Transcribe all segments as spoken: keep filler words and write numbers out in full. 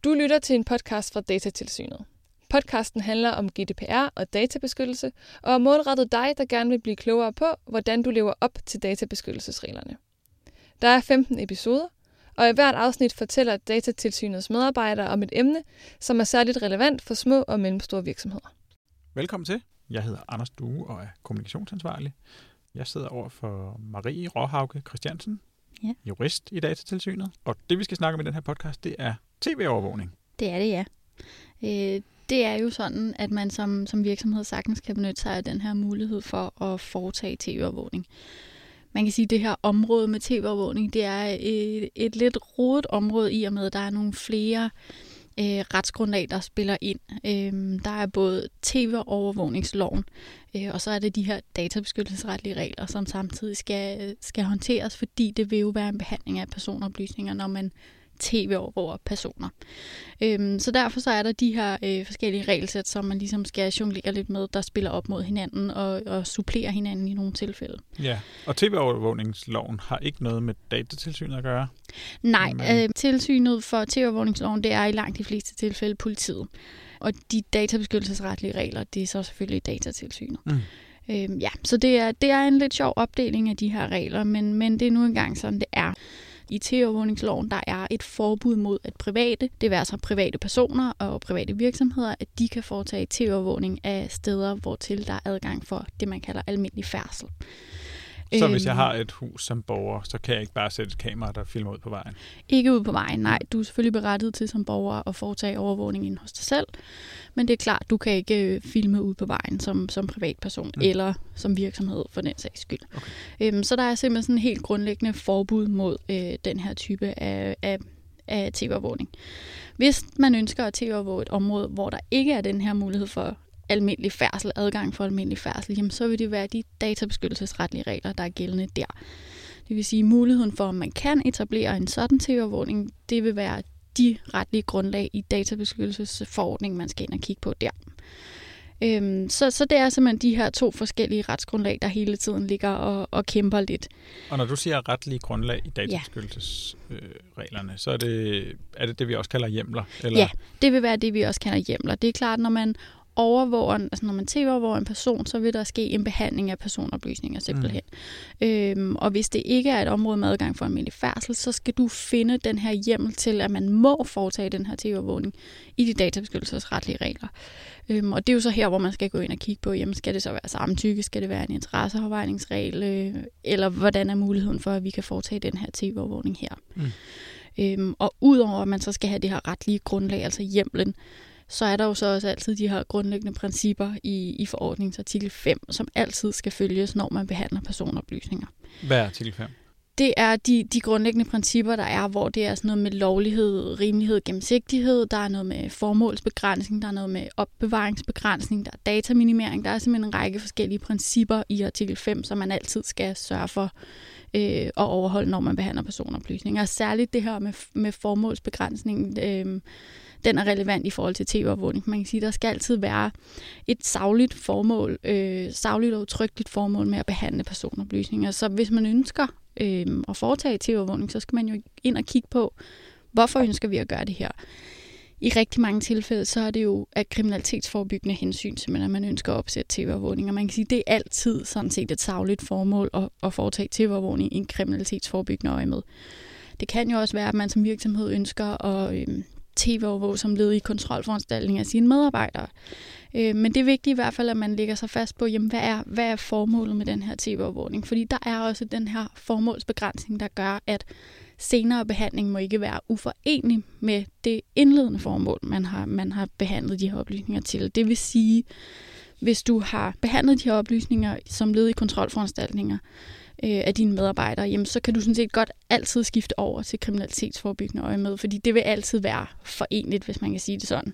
Du lytter til en podcast fra Datatilsynet. Podcasten handler om G D P R og databeskyttelse, og er målrettet dig, der gerne vil blive klogere på, hvordan du lever op til databeskyttelsesreglerne. Der er femten episoder, og i hvert afsnit fortæller Datatilsynets medarbejdere om et emne, som er særligt relevant for små og mellemstore virksomheder. Velkommen til. Jeg hedder Anders Due og er kommunikationsansvarlig. Jeg sidder over for Marie Råhauke Christiansen, ja. jurist i Datatilsynet. Og det, vi skal snakke om i den her podcast, det er tv-overvågning. Det er det, ja. Øh, det er jo sådan, at man som, som virksomhed sagtens kan benytte sig af den her mulighed for at foretage tv-overvågning. Man kan sige, at det her område med tv-overvågning, det er et, et lidt rodet område i og med, at der er nogle flere øh, retsgrundlag, der spiller ind. Øh, der er både tv-overvågningsloven, øh, og så er det de her databeskyttelsesretlige regler, som samtidig skal, skal håndteres, fordi det vil jo være en behandling af personoplysninger, når man tv-overvåger personer. Øhm, så derfor så er der de her øh, forskellige regelsæt, som man ligesom skal jonglere lidt med, der spiller op mod hinanden og, og supplerer hinanden i nogle tilfælde. Ja, og tv-overvågningsloven har ikke noget med Datatilsynet at gøre? Nej, Men... øh, tilsynet for tv-overvågningsloven, det er i langt de fleste tilfælde politiet. Og de databeskyttelsesretlige regler, det er så selvfølgelig Datatilsynet. Mm. Øhm, ja, så det er, det er en lidt sjov opdeling af de her regler, men, men det er nu engang sådan, det er. I tv-overvågningsloven, der er et forbud mod, at private, det vil altså private personer og private virksomheder, at de kan foretage tv-overvågning af steder, hvortil der er adgang for det, man kalder almindelig færdsel. Så hvis jeg har et hus som borger, så kan jeg ikke bare sætte et kamera, der filmer ud på vejen? Ikke ud på vejen, nej. Du er selvfølgelig berettiget til som borger at foretage overvågning inde hos dig selv. Men det er klart, du kan ikke filme ud på vejen som, som privatperson mm. eller som virksomhed for den sags skyld. Okay. Øhm, så der er simpelthen sådan en helt grundlæggende forbud mod øh, den her type af, af, af tv-overvågning. Hvis man ønsker at tv-overvåge et område, hvor der ikke er den her mulighed for almindelig færdsel, adgang for almindelig færdsel, jamen så vil det være de databeskyttelsesretlige regler, der er gældende der. Det vil sige, muligheden for, at man kan etablere en sådan tv-overvågning, det vil være de retlige grundlag i databeskyttelsesforordningen, man skal ind og kigge på der. Øhm, så, så det er simpelthen de her to forskellige retsgrundlag, der hele tiden ligger og, og kæmper lidt. Og når du siger retlige grundlag i databeskyttelsesreglerne, ja. så er det, er det det, vi også kalder hjemler? Eller? Ja, det vil være det, vi også kalder hjemler. Det er klart, når man overvåger, altså når man tv-overvåger en person, så vil der ske en behandling af personoplysninger simpelthen. Mm. Øhm, og hvis det ikke er et område med adgang for almindelig færdsel, så skal du finde den her hjemmel til, at man må foretage den her tv-overvågning i de databeskyttelsesretlige regler. Øhm, og det er jo så her, hvor man skal gå ind og kigge på, jamen skal det så være samtykke, skal det være en interesseafvejningsregel, øh, eller hvordan er muligheden for, at vi kan foretage den her tv-overvågning her. Mm. Øhm, og udover at man så skal have det her retlige grundlag, altså hjemmelen, så er der jo så også altid de her grundlæggende principper i, i forordningens artikel fem, som altid skal følges, når man behandler personoplysninger. Hvad er artikel fem? Det er de, de grundlæggende principper, der er, hvor det er sådan noget med lovlighed, rimelighed, gennemsigtighed, der er noget med formålsbegrænsning, der er noget med opbevaringsbegrænsning, der er dataminimering, der er simpelthen en række forskellige principper i artikel fem, som man altid skal sørge for øh, at overholde, når man behandler personoplysninger. Og særligt det her med, med formålsbegrænsning, øh, den er relevant i forhold til tv-overvågning. Man kan sige, at der skal altid være et sagligt formål, øh, sagligt og udtrykkeligt formål med at behandle personoplysninger. Så hvis man ønsker øh, at foretage tv-overvågning, så skal man jo ind og kigge på, hvorfor ønsker vi at gøre det her. I rigtig mange tilfælde, så er det jo af kriminalitetsforebyggende hensyn, simpelthen, at man ønsker at opsætte tv-overvågning. Og man kan sige, at det er altid sådan set et sagligt formål at, at foretage tv-overvågning i en kriminalitetsforebyggende øje med. Det kan jo også være, at man som virksomhed ønsker at øh, tv-overvåge som led i kontrolforanstaltninger af sine medarbejdere. Øh, men det er vigtigt i hvert fald, at man lægger sig fast på, jamen, hvad er, hvad er formålet med den her tv-overvågning? Fordi der er også den her formålsbegrænsning, der gør, at senere behandling må ikke være uforenelig med det indledende formål, man har, man har behandlet de her oplysninger til. Det vil sige, hvis du har behandlet de her oplysninger som led i kontrolforanstaltninger øh, af dine medarbejdere, jamen, så kan du sådan set godt altid skifte over til kriminalitetsforebyggende øjemed, fordi det vil altid være forenligt, hvis man kan sige det sådan.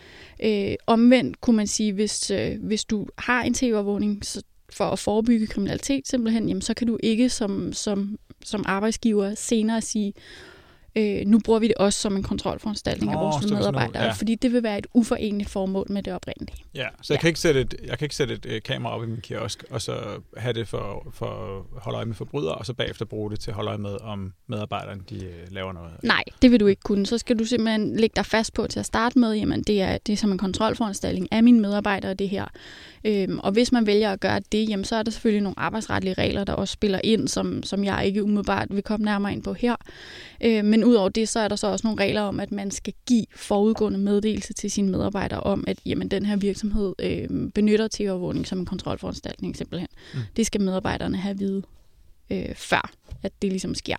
Øh, omvendt kunne man sige, hvis, øh, hvis du har en tv-overvågning for at forebygge kriminalitet simpelthen, jamen, så kan du ikke som, som, som arbejdsgiver senere sige, Øh, nu bruger vi det også som en kontrolforanstaltning Nå, af vores medarbejdere, ja. fordi det vil være et uforeneligt formål med det oprindelige. Ja, så jeg, ja. Kan ikke sætte et, jeg kan ikke sætte et uh, kamera op i min kiosk, og så have det for, for at holde øje med forbrydere, og så bagefter bruge det til at holde øje med, om medarbejderne de, uh, laver noget. Nej, det vil du ikke kunne. Så skal du simpelthen lægge dig fast på til at starte med, jamen det er, det er som en kontrolforanstaltning af mine medarbejdere, det her. Øhm, og hvis man vælger at gøre det, jamen så er der selvfølgelig nogle arbejdsretlige regler, der også spiller ind, som, som jeg ikke umiddelbart vil komme nærmere ind på her. Øh, men udover det, så er der så også nogle regler om, at man skal give forudgående meddelelse til sine medarbejdere om, at jamen, den her virksomhed øh, benytter T V-overvågning som en kontrolforanstaltning simpelthen. Mm. Det skal medarbejderne have at vide øh, før, at det ligesom sker.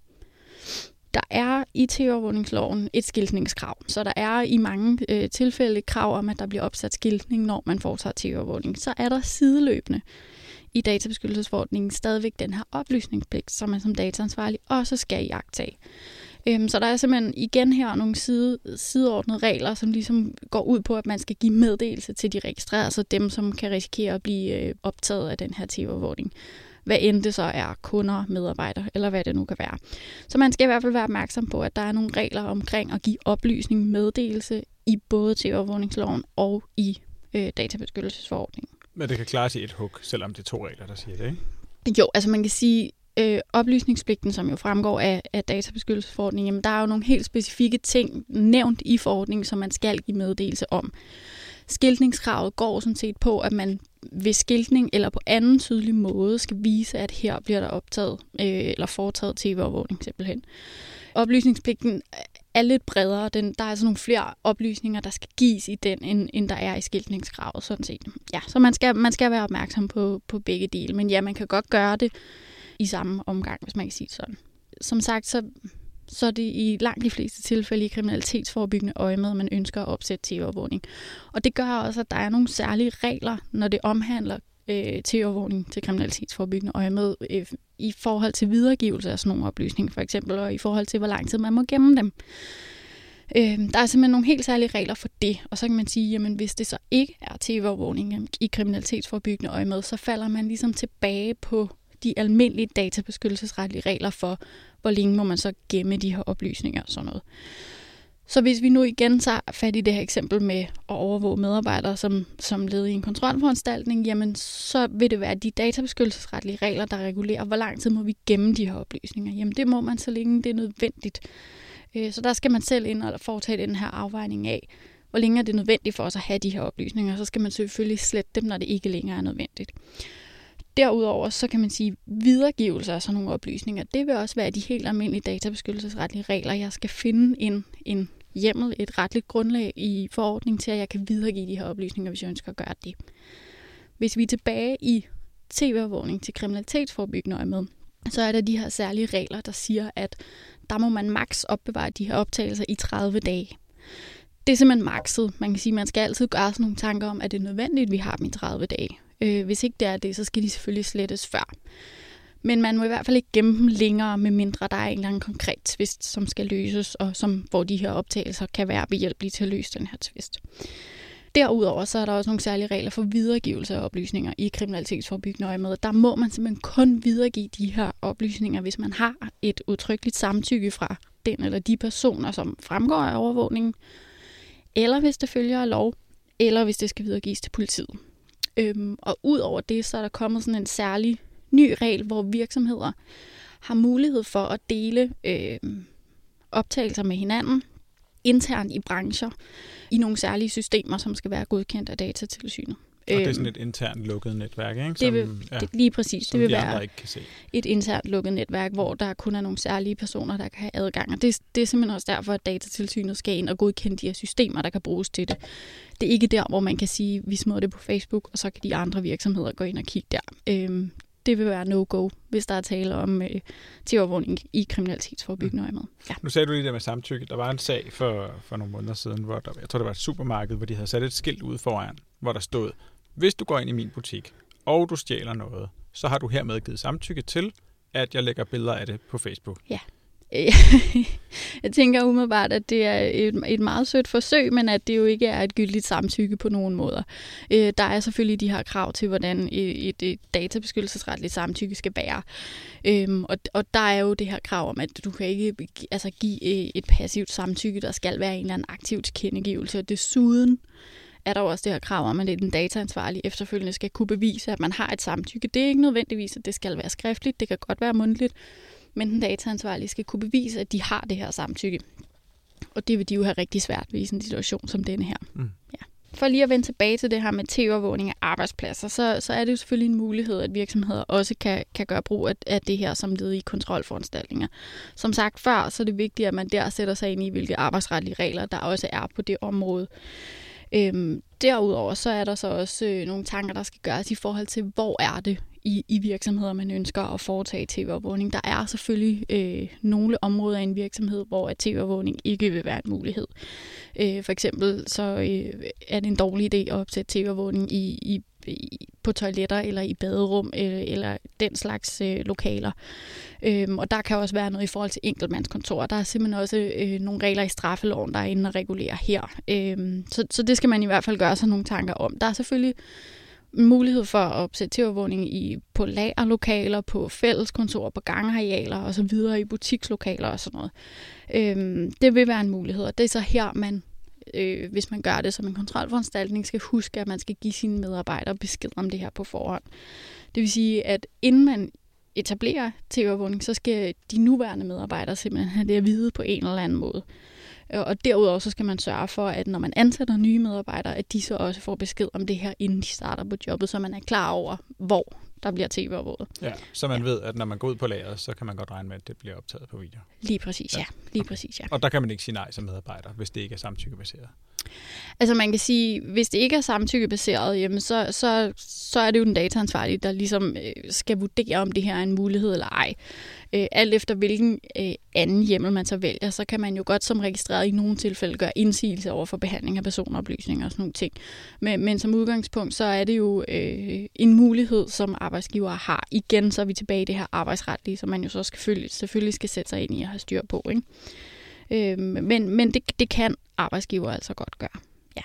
Der er i T V-overvågningsloven et skiltningskrav, så der er i mange øh, tilfælde krav om, at der bliver opsat skiltning, når man foretager T V-overvågning. Så er der sideløbende i databeskyttelsesforordningen stadigvæk den her oplysningspligt, som man som dataansvarlig også skal iagttage. Øhm, så der er simpelthen igen her nogle side, sideordnede regler, som ligesom går ud på, at man skal give meddelelse til de registrerede, så dem, som kan risikere at blive øh, optaget af den her T V-overvågning. Hvad end det så er kunder, medarbejdere, eller hvad det nu kan være. Så man skal i hvert fald være opmærksom på, at der er nogle regler omkring at give oplysning, meddelelse i både T V-overvågningsloven og i øh, databeskyttelsesforordningen. Men det kan klares i et hug, selvom det er to regler, der siger det, ikke? Jo, altså man kan sige, øh, oplysningspligten, som jo fremgår af, af databeskyttelsesforordningen, jamen der er jo nogle helt specifikke ting nævnt i forordningen, som man skal give meddelelse om. Skiltningskravet går sådan set på, at man ved skiltning eller på anden tydelig måde skal vise, at her bliver der optaget øh, eller foretaget T V-overvågning simpelthen. Oplysningspligten er lidt bredere. Den, der er altså nogle flere oplysninger, der skal gives i den, end, end der er i skiltningskravet, sådan set. Ja, så man skal, man skal være opmærksom på, på begge dele. Men ja, man kan godt gøre det i samme omgang, hvis man kan sige det sådan. Som sagt, så, så er det i langt de fleste tilfælde i kriminalitetsforebyggende øje med, at man ønsker at opsætte T V-overvågning. Og det gør også, at der er nogle særlige regler, når det omhandler øh, T V-overvågning til kriminalitetsforebyggende øje med, øh, i forhold til videregivelse af sådan nogle oplysninger, for eksempel, og i forhold til, hvor lang tid man må gemme dem. Øh, der er simpelthen nogle helt særlige regler for det, og så kan man sige, jamen hvis det så ikke er T V-overvågning i kriminalitetsforebyggende øje med, så falder man ligesom tilbage på de almindelige databeskyttelsesretlige regler for, hvor længe må man så gemme de her oplysninger og sådan noget. Så hvis vi nu igen tager fat i det her eksempel med at overvåge medarbejdere som, som led i en kontrolforanstaltning, jamen så vil det være de databeskyttelsesretlige regler, der regulerer, hvor lang tid må vi gemme de her oplysninger. Jamen det må man, så længe det er nødvendigt. Så der skal man selv ind og foretage den her afvejning af, hvor længe er det nødvendigt for os at have de her oplysninger. Så skal man selvfølgelig slette dem, når det ikke længere er nødvendigt. Derudover så kan man sige, videregivelse af sådan nogle oplysninger, det vil også være de helt almindelige databeskyttelsesretlige regler. Jeg skal finde en, en hjemmel, et retligt grundlag i forordning til, at jeg kan videregive de her oplysninger, hvis jeg ønsker at gøre det. Hvis vi er tilbage i T V-overvågning til kriminalitetsforebyggende øje med, så er der de her særlige regler, der siger, at der må man maks opbevare de her optagelser i tredive dage. Det er simpelthen makset. Man kan sige, at man skal altid gøre sådan nogle tanker om, at det er nødvendigt, at vi har dem i tredive dage. Øh, hvis ikke det er det, så skal de selvfølgelig slettes før. Men man må i hvert fald ikke gemme dem længere, medmindre der er en eller anden konkret tvist, som skal løses, og som, hvor de her optagelser kan være behjælpelige til at løse den her tvist. Derudover så er der også nogle særlige regler for videregivelse af oplysninger i kriminalitetsforebyggende øje med. Der må man simpelthen kun videregive de her oplysninger, hvis man har et udtrykkeligt samtykke fra den eller de personer, som fremgår af overvågningen, eller hvis det følger af lov, eller hvis det skal videregives til politiet. Øhm, og ud over det, så er der kommet sådan en særlig ny regel, hvor virksomheder har mulighed for at dele øh, optagelser med hinanden internt i brancher i nogle særlige systemer, som skal være godkendt af Datatilsynet. Og det er sådan et internt lukket netværk, ikke? Som, det vil, ja, det, lige præcis. Som det vil de være ikke kan se. Et internt lukket netværk, hvor der kun er nogle særlige personer, der kan have adgang. Og det, det er simpelthen også derfor, at Datatilsynet skal ind og godkende de her systemer, der kan bruges til det. Det er ikke der, hvor man kan sige, vi smider det på Facebook, og så kan de andre virksomheder gå ind og kigge der. Øhm, det vil være no-go, hvis der er tale om øh, T V-overvågning i kriminalitetsforebyggende øje med. Ja. Nu sagde du lige det med samtykke. Der var en sag for, for nogle måneder siden, hvor der, jeg tror, der var et supermarked, hvor de havde sat et skilt ude foran, hvor der stod, hvis du går ind i min butik, og du stjæler noget, så har du hermed givet samtykke til, at jeg lægger billeder af det på Facebook. Ja. Jeg tænker umiddelbart, at det er et, et meget sødt forsøg, men at det jo ikke er et gyldigt samtykke på nogen måder. Øh, der er selvfølgelig de her krav til, hvordan et, et, et databeskyttelsesretligt samtykke skal være. Øhm, og, og der er jo det her krav om, at du kan ikke altså, give et passivt samtykke, der skal være en eller anden aktiv tilkendegivelse. Og desuden er der jo også det her krav om, at den dataansvarlige efterfølgende skal kunne bevise, at man har et samtykke. Det er ikke nødvendigvis, at det skal være skriftligt, det kan godt være mundtligt, men den dataansvarlige skal kunne bevise, at de har det her samtykke. Og det vil de jo have rigtig svært ved i sådan en situation som denne her. Mm. Ja. For lige at vende tilbage til det her med tv-overvågning af arbejdspladser, så, så er det jo selvfølgelig en mulighed, at virksomheder også kan, kan gøre brug af, af det her som led i kontrolforanstaltninger. Som sagt før, så er det vigtigt, at man der sætter sig ind i, hvilke arbejdsretlige regler, der også er på det område. Øhm, derudover så er der så også øh, nogle tanker, der skal gøres i forhold til, hvor er det i, i virksomheder, man ønsker at foretage tv-overvågning. Der er selvfølgelig øh, nogle områder i en virksomhed, hvor tv-overvågning ikke vil være en mulighed. Øh, for eksempel så øh, er det en dårlig idé at opsætte tv-overvågning i, i, i, på toiletter eller i baderum eller, eller den slags øh, lokaler. Øhm, og der kan også være noget i forhold til enkeltmandskontorer. Der er simpelthen også øh, nogle regler i straffeloven, der er inde og regulere her. Øhm, så, så det skal man i hvert fald gøre sig nogle tanker om. Der er selvfølgelig mulighed for at opsætte tv-overvågning i, på lagerlokaler, på fælleskontorer, på gangarealer og så videre, i butikslokaler og sådan noget. Øhm, det vil være en mulighed, og det er så her, man, øh, hvis man gør det som en kontrolforanstaltning, skal huske, at man skal give sine medarbejdere besked om det her på forhånd. Det vil sige, at inden man etablerer tv-overvågning, så skal de nuværende medarbejdere simpelthen have det at vide på en eller anden måde. Og derudover så skal man sørge for, at når man ansætter nye medarbejdere, at de så også får besked om det her, inden de starter på jobbet, så man er klar over, hvor der bliver tv-overvåget. Ja, så man ja. ved, at når man går ud på lageret, så kan man godt regne med, at det bliver optaget på video. Lige præcis, ja. ja. Lige okay. præcis, ja. Og der kan man ikke sige nej som medarbejder, hvis det ikke er samtykkebaseret. Altså man kan sige, hvis det ikke er samtykkebaseret, jamen så, så, så er det jo den dataansvarlige, der ligesom øh, skal vurdere, om det her er en mulighed eller ej. Øh, alt efter hvilken øh, anden hjemmel man så vælger, så kan man jo godt som registreret i nogle tilfælde gøre indsigelse over for behandling af personoplysninger og sådan nogle ting. Men, men som udgangspunkt, så er det jo øh, en mulighed, som arbejdsgivere har. Igen, så er vi tilbage i det her arbejdsretlige, som man jo så selvfølgelig, selvfølgelig skal sætte sig ind i og have styr på, ikke? Øh, men men det, det kan arbejdsgiver altså godt gøre. Ja.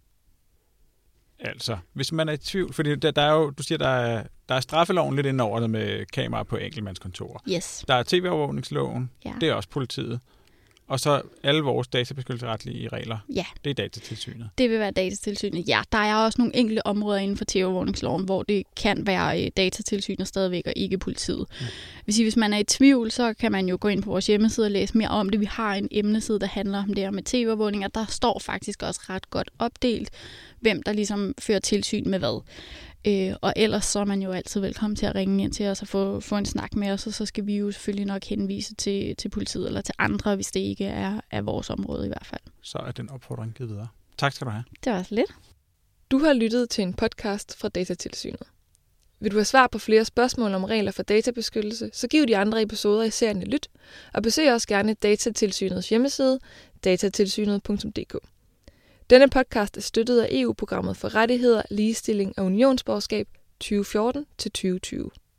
Altså, hvis man er i tvivl, fordi der, der er jo, du siger, der er, der er straffeloven lidt indover det med kameraer på enkeltmandskontorer. Yes. Der er tv-overvågningsloven, ja. Det er også politiet. Og så alle vores databeskyttelsesretlige regler, ja. Det er Datatilsynet. Det vil være Datatilsynet. Ja, der er også nogle enkelte områder inden for tv-overvågningsloven, hvor det kan være Datatilsynet stadigvæk, og ikke politiet. Mm. Hvis, hvis man er i tvivl, så kan man jo gå ind på vores hjemmeside og læse mere om det. Vi har en emneside, der handler om det her med tv-overvågning, og der står faktisk også ret godt opdelt, hvem der ligesom fører tilsyn med hvad. Øh, og ellers så er man jo altid velkommen til at ringe ind til os og få, få en snak med os, og så skal vi jo selvfølgelig nok henvise til, til politiet eller til andre, hvis det ikke er, er vores område i hvert fald. Så er den opfordring givet videre. Tak skal du have. Det var så lidt. Du har lyttet til en podcast fra Datatilsynet. Vil du have svar på flere spørgsmål om regler for databeskyttelse, så giv de andre episoder i serien et lyt, og besøg også gerne Datatilsynets hjemmeside, datatilsynet punktum d k. Denne podcast er støttet af E U-programmet for rettigheder, ligestilling og unionsborgerskab tyve fjorten til tyve tyve.